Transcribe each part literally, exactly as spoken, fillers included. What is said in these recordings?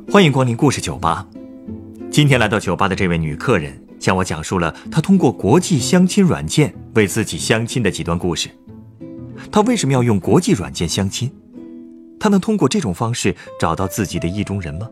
欢迎光临故事酒吧。今天来到酒吧的这位女客人向我讲述了她通过国际相亲软件为自己相亲的几段故事。她为什么要用国际软件相亲？她能通过这种方式找到自己的意中人吗？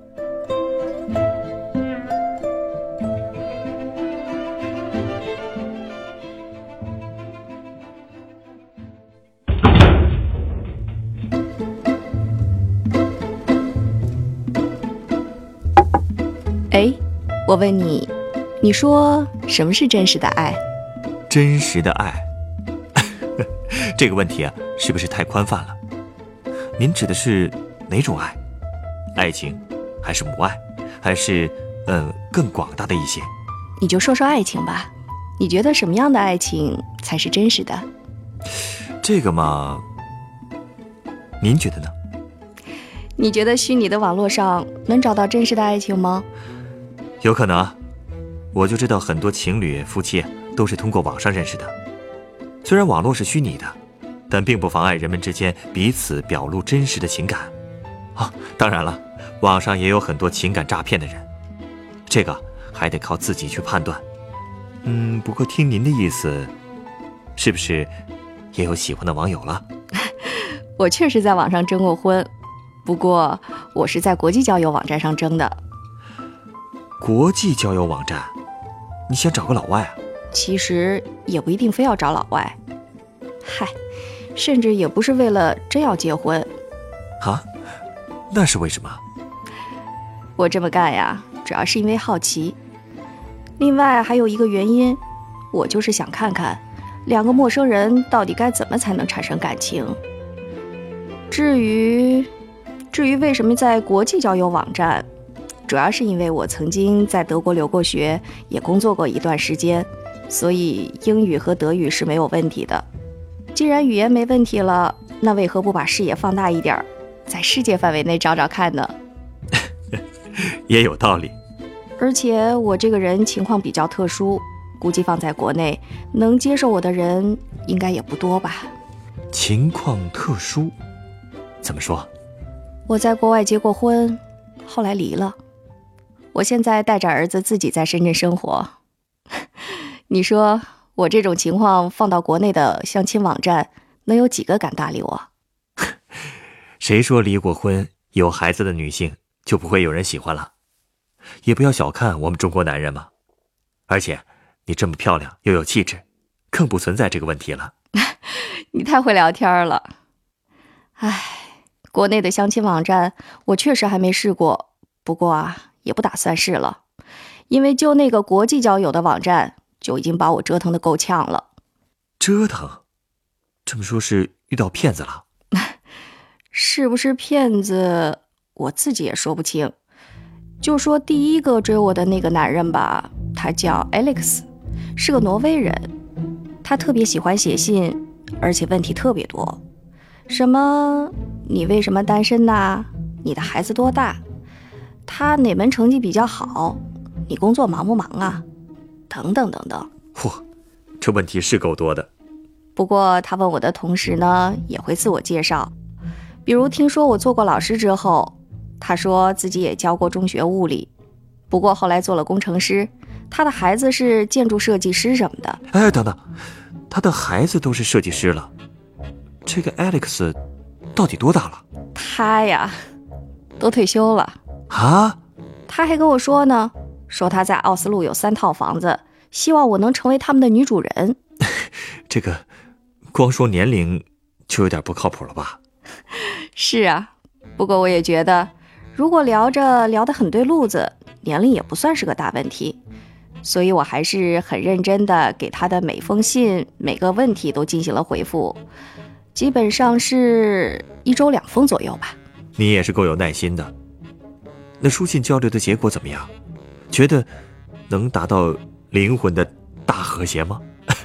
哎，我问你，你说什么是真实的爱？ 真实的爱这个问题啊，是不是太宽泛了？您指的是哪种爱？爱情，还是母爱，还是嗯更广大的一些？ 你就说说爱情吧，你觉得什么样的爱情才是真实的？ 这个嘛，您觉得呢？ 你觉得虚拟的网络上能找到真实的爱情吗？ 有可能啊，我就知道很多情侣夫妻都是通过网上认识的。虽然网络是虚拟的，但并不妨碍人们之间彼此表露真实的情感啊。当然了，网上也有很多情感诈骗的人，这个还得靠自己去判断。嗯，不过听您的意思，是不是也有喜欢的网友了？ 我确实在网上征过婚，不过我是在国际交友网站上征的。 国际交友网站，你想找个老外啊？ 其实也不一定非要找老外，嗨，甚至也不是为了真要结婚。 啊？那是为什么？ 我这么干呀，主要是因为好奇。另外还有一个原因，我就是想看看两个陌生人到底该怎么才能产生感情。至于至于为什么在国际交友网站，主要是因为我曾经在德国留过学，也工作过一段时间，所以英语和德语是没有问题的。既然语言没问题了，那为何不把视野放大一点，在世界范围内找找看呢？ 也有道理。 而且我这个人情况比较特殊，估计放在国内能接受我的人应该也不多吧。 情况特殊？怎么说？ 我在国外结过婚，后来离了。我现在带着儿子自己在深圳生活。你说我这种情况放到国内的相亲网站，能有几个敢搭理我？ 谁说离过婚有孩子的女性就不会有人喜欢了？也不要小看我们中国男人嘛。而且你这么漂亮又有气质，更不存在这个问题了。 你太会聊天了。唉，国内的相亲网站我确实还没试过，不过啊也不打算试了，因为就那个国际交友的网站就已经把我折腾得够呛了。 折腾？这么说是遇到骗子了？ 是不是骗子我自己也说不清。就说第一个追我的那个男人吧，他叫 Alex， 是个挪威人。他特别喜欢写信，而且问题特别多，什么你为什么单身呐？你的孩子多大？他哪门成绩比较好？你工作忙不忙啊？等等等等。 嚯，这问题是够多的。 不过他问我的同时呢，也会自我介绍。比如听说我做过老师之后，他说自己也教过中学物理，不过后来做了工程师，他的孩子是建筑设计师什么的。 哎，等等，他的孩子都是设计师了，这个 Alex 到底多大了？ 他呀，都退休了。 啊？ 他还跟我说呢，说他在奥斯陆有三套房子，希望我能成为他们的女主人。 这个光说年龄就有点不靠谱了吧？ 是啊，不过我也觉得如果聊着聊得很对路子，年龄也不算是个大问题，所以我还是很认真的给他的每封信每个问题都进行了回复，基本上是一周两封左右吧。 你也是够有耐心的。那书信交流的结果怎么样？觉得能达到灵魂的大和谐吗？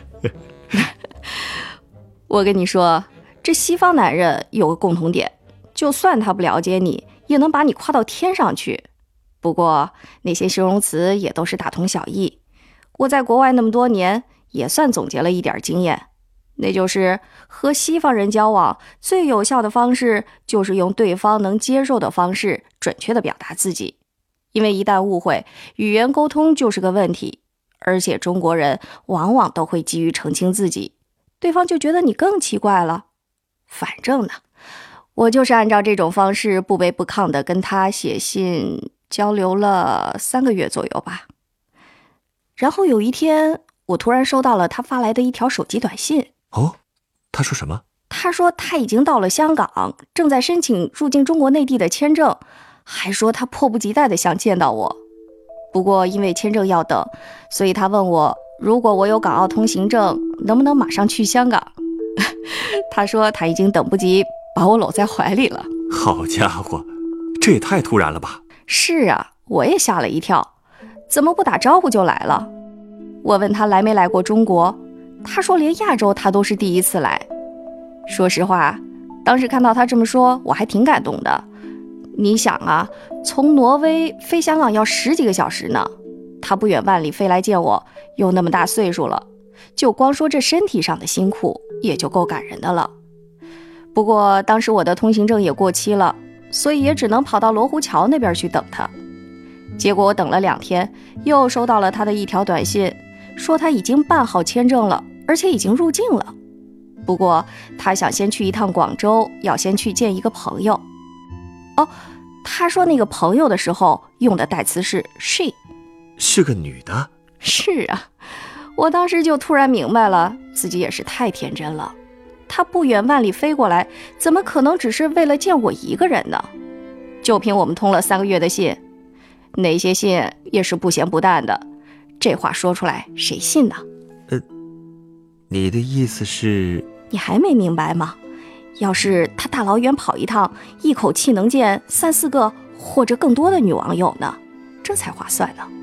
我跟你说，这西方男人有个共同点，就算他不了解你，也能把你夸到天上去。不过那些形容词也都是大同小异。我在国外那么多年，也算总结了一点经验，那就是和西方人交往最有效的方式，就是用对方能接受的方式，准确地表达自己。 因为一旦误会，语言沟通就是个问题，而且中国人往往都会急于澄清自己，对方就觉得你更奇怪了。反正呢，我就是按照这种方式不卑不亢地跟他写信交流了三个月左右吧。然后有一天，我突然收到了他发来的一条手机短信。 哦，他说什么？ 他说他已经到了香港，正在申请入境中国内地的签证，还说他迫不及待地想见到我。不过因为签证要等，所以他问我，如果我有港澳通行证，能不能马上去香港？他说他已经等不及把我搂在怀里了。 好家伙，这也太突然了吧？ 是啊，我也吓了一跳，怎么不打招呼就来了？我问他来没来过中国，他说连亚洲他都是第一次来。说实话，当时看到他这么说，我还挺感动的。你想啊，从挪威飞香港要十几个小时呢，他不远万里飞来见我，又那么大岁数了，就光说这身体上的辛苦也就够感人的了。不过当时我的通行证也过期了，所以也只能跑到罗湖桥那边去等他。结果我等了两天，又收到了他的一条短信，说他已经办好签证了，而且已经入境了。不过他想先去一趟广州，要先去见一个朋友。哦，他说那个朋友的时候用的代词是 she， 是个女的。 是啊，我当时就突然明白了，自己也是太天真了。他不远万里飞过来，怎么可能只是为了见我一个人呢？就凭我们通了三个月的信，那些信也是不咸不淡的，这话说出来谁信呢？ 呃，你的意思是？ 你还没明白吗？要是他大老远跑一趟，一口气能见三四个或者更多的女网友呢，这才划算呢。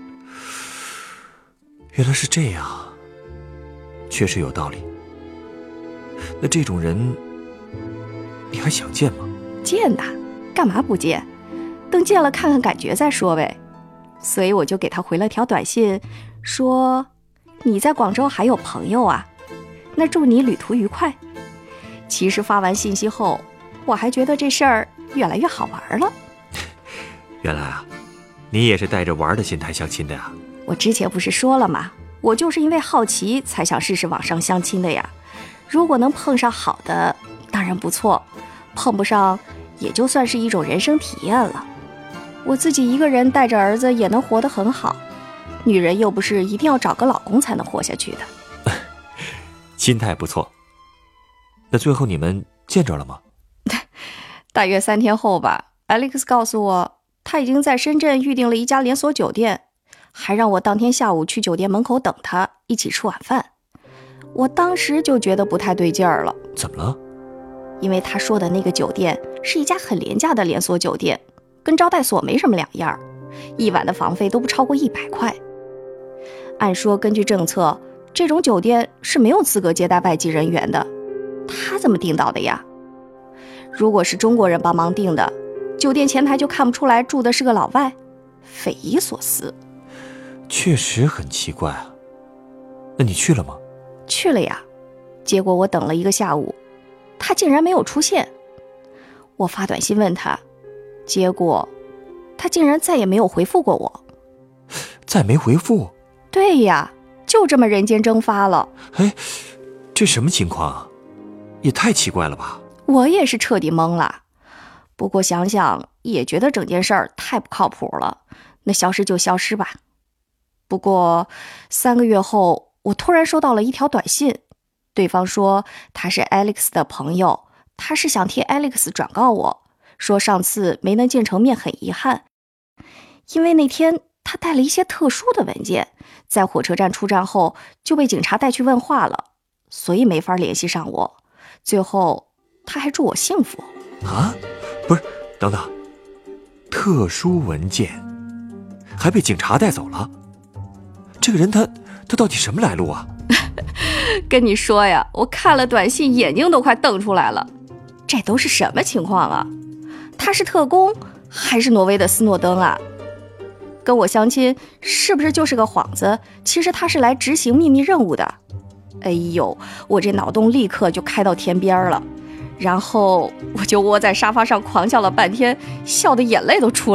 原来是这样，确实有道理。那这种人你还想见吗？ 见呐，干嘛不见？等见了看看感觉再说呗。所以我就给他回了条短信，说你在广州还有朋友啊，那祝你旅途愉快。其实发完信息后，我还觉得这事儿越来越好玩了。 原来啊，你也是带着玩的心态相亲的呀？ 我之前不是说了吗？我就是因为好奇才想试试网上相亲的呀。如果能碰上好的，当然不错；碰不上，也就算是一种人生体验了。我自己一个人带着儿子也能活得很好，女人又不是一定要找个老公才能活下去的。 心态不错。那最后你们见着了吗？ 大约三天后吧， Alex 告诉我他已经在深圳预订了一家连锁酒店，还让我当天下午去酒店门口等他，一起吃晚饭。我当时就觉得不太对劲儿了。 怎么了？ 因为他说的那个酒店是一家很廉价的连锁酒店，跟招待所没什么两样，一晚的房费都不超过一百块。按说根据政策，这种酒店是没有资格接待外籍人员的，他怎么订到的呀？如果是中国人帮忙订的，酒店前台就看不出来住的是个老外，匪夷所思。 确实很奇怪啊。那你去了吗？ 去了呀，结果我等了一个下午，他竟然没有出现。我发短信问他，结果他竟然再也没有回复过我。 再没回复？ 对呀，就这么人间蒸发了。 哎，这什么情况啊？也太奇怪了吧。 我也是彻底懵了。不过想想也觉得整件事儿太不靠谱了，那消失就消失吧。不过三个月后，我突然收到了一条短信，对方说他是 Alex 的朋友，他是想替 Alex 转告我，说上次没能见成面很遗憾，因为那天他带了一些特殊的文件，在火车站出站后就被警察带去问话了，所以没法联系上我。最后他还祝我幸福。 啊？不是，等等，特殊文件还被警察带走了？这个人他他到底什么来路啊？ 跟你说呀，我看了短信眼睛都快瞪出来了。这都是什么情况啊？他是特工还是挪威的斯诺登啊？跟我相亲是不是就是个幌子？其实他是来执行秘密任务的。哎呦，我这脑洞立刻就开到天边了，然后我就窝在沙发上狂笑了半天，笑得眼泪都出来了。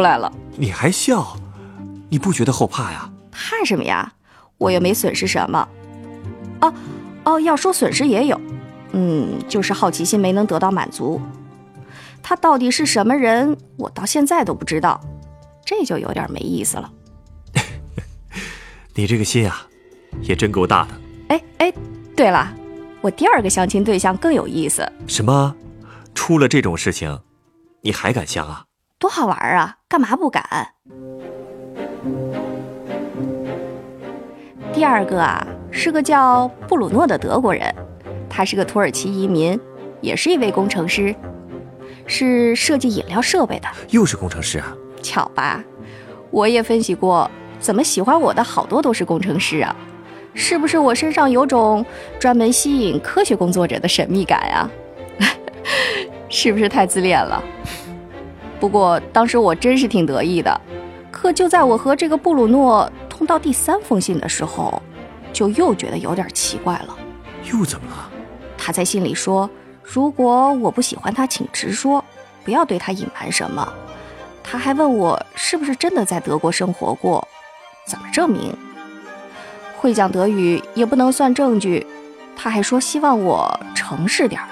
你还笑？你不觉得后怕呀？ 怕什么呀？我又没损失什么。哦哦，要说损失也有，嗯，就是好奇心没能得到满足。他到底是什么人，我到现在都不知道，这就有点没意思了。 你这个心啊，也真够大的。 哎哎，对了，我第二个相亲对象更有意思。 什么？出了这种事情，你还敢相啊？ 多好玩啊！干嘛不敢？第二个啊，是个叫布鲁诺的德国人，他是个土耳其移民，也是一位工程师，是设计饮料设备的。 又是工程师啊？ 巧吧？我也分析过，怎么喜欢我的好多都是工程师啊？是不是我身上有种专门吸引科学工作者的神秘感啊？是不是太自恋了？不过当时我真是挺得意的，可就在我和这个布鲁诺通到第三封信的时候，就又觉得有点奇怪了。 又怎么了？ 他在信里说，如果我不喜欢他，请直说，不要对他隐瞒什么。他还问我是不是真的在德国生活过，怎么证明？会讲德语也不能算证据。他还说希望我诚实点儿。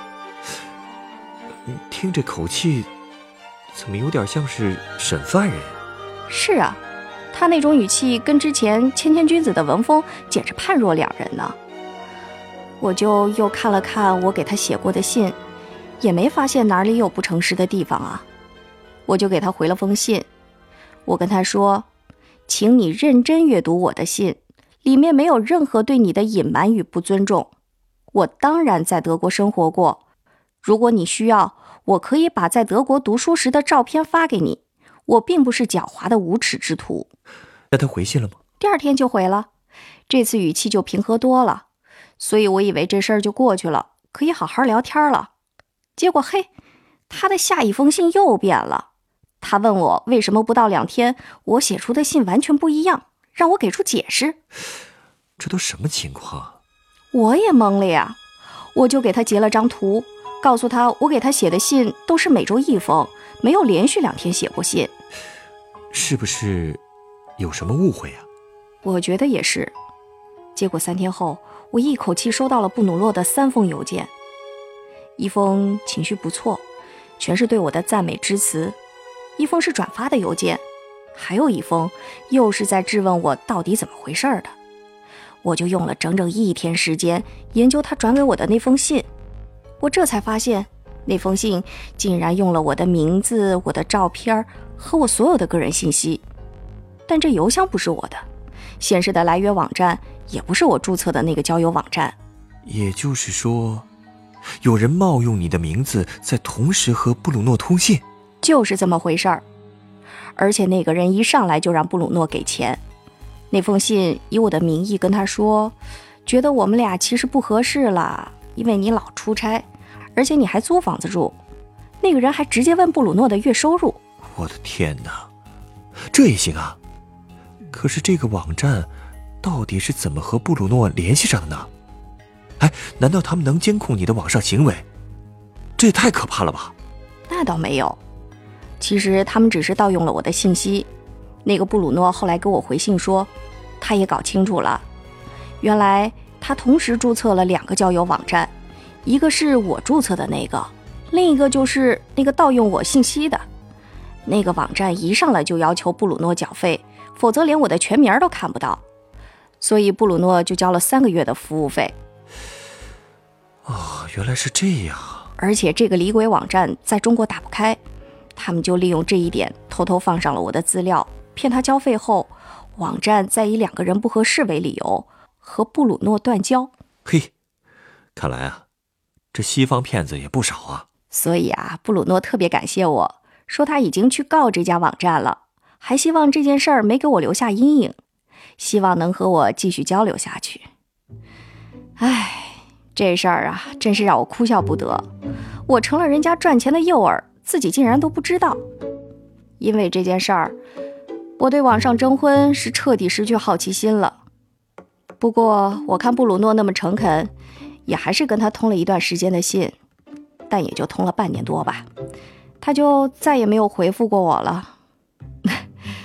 听这口气，怎么有点像是审犯人？ 是啊，他那种语气跟之前谦谦君子的文风简直判若两人呢。我就又看了看我给他写过的信，也没发现哪里有不诚实的地方啊。我就给他回了封信，我跟他说，请你认真阅读我的信，里面没有任何对你的隐瞒与不尊重。我当然在德国生活过，如果你需要，我可以把在德国读书时的照片发给你。我并不是狡猾的无耻之徒。 那他回信了吗？ 第二天就回了，这次语气就平和多了，所以我以为这事儿就过去了，可以好好聊天了。结果嘿，他的下一封信又变了。他问我为什么不到两天，我写出的信完全不一样，让我给出解释。 这都什么情况？ 我也懵了呀，我就给他截了张图，告诉他我给他写的信都是每周一封，没有连续两天写过信。 是不是有什么误会啊？ 我觉得也是。结果三天后，我一口气收到了布鲁诺的三封邮件，一封情绪不错，全是对我的赞美之词，一封是转发的邮件，还有一封又是在质问我到底怎么回事的。我就用了整整一天时间研究他转给我的那封信，我这才发现那封信竟然用了我的名字、我的照片和我所有的个人信息，但这邮箱不是我的，显示的来源网站也不是我注册的那个交友网站。 也就是说，有人冒用你的名字，在同时和布鲁诺通信？ 就是这么回事儿。而且那个人一上来就让布鲁诺给钱。那封信以我的名义跟他说，觉得我们俩其实不合适了，因为你老出差，而且你还租房子住。那个人还直接问布鲁诺的月收入。 我的天哪，这也行啊？可是这个网站到底是怎么和布鲁诺联系上的呢？哎，难道他们能监控你的网上行为？这也太可怕了吧？ 那倒没有，其实他们只是盗用了我的信息。那个布鲁诺后来给我回信说，他也搞清楚了，原来他同时注册了两个交友网站，一个是我注册的那个，另一个就是那个盗用我信息的。那个网站一上来就要求布鲁诺缴费，否则连我的全名都看不到，所以布鲁诺就交了三个月的服务费。 哦，原来是这样。 而且这个离鬼网站在中国打不开，他们就利用这一点偷偷放上了我的资料，骗他交费后，网站再以两个人不合适为理由和布鲁诺断交。 嘿，看来啊，这西方骗子也不少啊。 所以啊，布鲁诺特别感谢我，说他已经去告这家网站了，还希望这件事儿没给我留下阴影，希望能和我继续交流下去。唉，这事儿啊，真是让我哭笑不得。我成了人家赚钱的诱饵，自己竟然都不知道。因为这件事儿，我对网上征婚是彻底失去好奇心了。不过我看布鲁诺那么诚恳，也还是跟他通了一段时间的信，但也就通了半年多吧，他就再也没有回复过我了。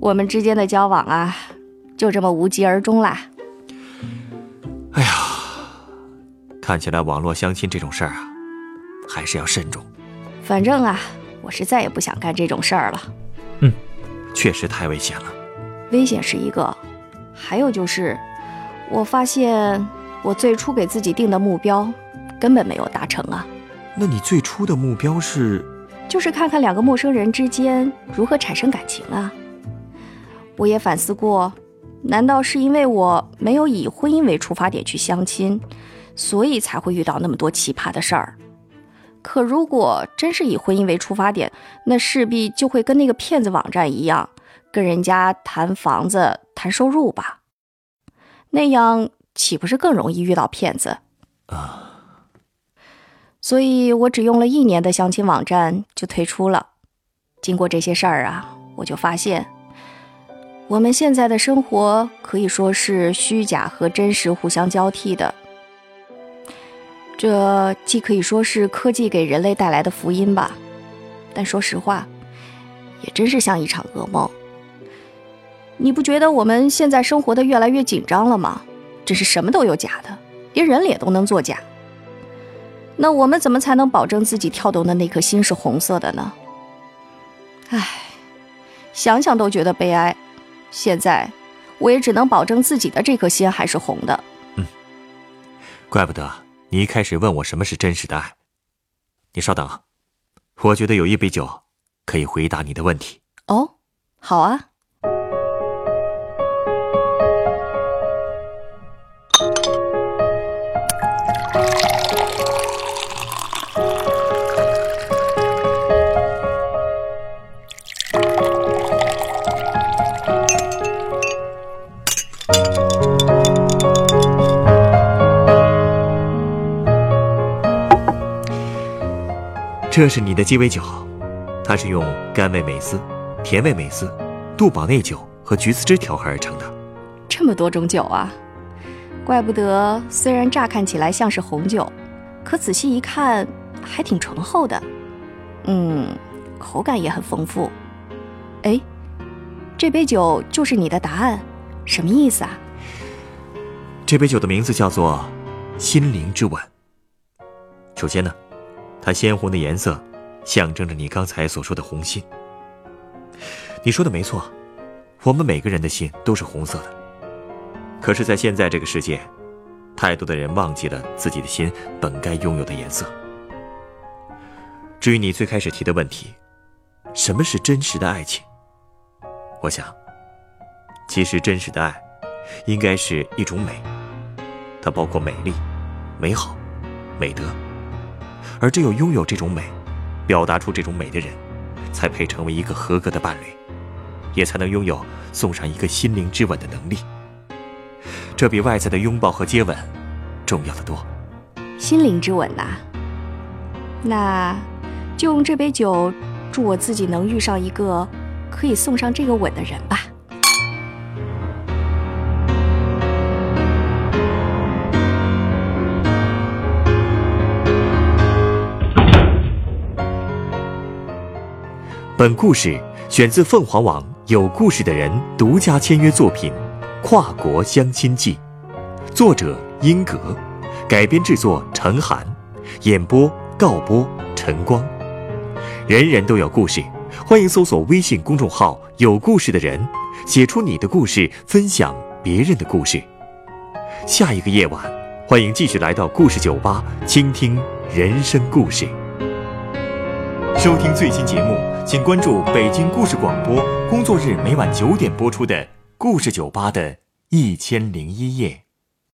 我们之间的交往啊，就这么无疾而终啦。 哎呀，看起来网络相亲这种事儿啊，还是要慎重。 反正啊，我是再也不想干这种事儿了。 嗯，确实太危险了。 危险是一个，还有就是，我发现我最初给自己定的目标根本没有达成啊。 那你最初的目标是？ 就是看看两个陌生人之间如何产生感情啊。我也反思过，难道是因为我没有以婚姻为出发点去相亲，所以才会遇到那么多奇葩的事儿？可如果真是以婚姻为出发点，那势必就会跟那个骗子网站一样，跟人家谈房子、谈收入吧，那样岂不是更容易遇到骗子啊？ 所以我只用了一年的相亲网站就退出了。经过这些事儿啊，我就发现，我们现在的生活可以说是虚假和真实互相交替的。这既可以说是科技给人类带来的福音吧，但说实话，也真是像一场噩梦。你不觉得我们现在生活的越来越紧张了吗？真是什么都有假的，连人脸都能作假。那我们怎么才能保证自己跳动的那颗心是红色的呢？唉，想想都觉得悲哀。现在我也只能保证自己的这颗心还是红的。 嗯，怪不得你一开始问我什么是真实的爱。你稍等，我觉得有一杯酒可以回答你的问题。 哦，好啊。 这是你的鸡尾酒，它是用甘味美思、甜味美思、杜宝内酒和橘子汁调和而成的。 这么多种酒啊，怪不得虽然乍看起来像是红酒，可仔细一看还挺醇厚的。嗯，口感也很丰富。哎，这杯酒就是你的答案，什么意思啊？ 这杯酒的名字叫做心灵之吻。首先呢，它鲜红的颜色象征着你刚才所说的红心。你说的没错，我们每个人的心都是红色的。可是在现在这个世界，太多的人忘记了自己的心本该拥有的颜色。至于你最开始提的问题，什么是真实的爱情？我想，其实真实的爱应该是一种美，它包括美丽、美好、美德。而只有拥有这种美，表达出这种美的人，才配成为一个合格的伴侣，也才能拥有送上一个心灵之吻的能力。这比外在的拥抱和接吻重要的多。 心灵之吻啊，那就用这杯酒祝我自己能遇上一个可以送上这个吻的人吧。 本故事选自凤凰网有故事的人独家签约作品《跨国相亲记》，作者英格，改编制作陈寒，演播告播陈光。人人都有故事，欢迎搜索微信公众号有故事的人，写出你的故事，分享别人的故事。下一个夜晚，欢迎继续来到故事酒吧，倾听人生故事。收听最新节目，请关注北京故事广播，工作日每晚九点播出的故事酒吧的一千零一夜。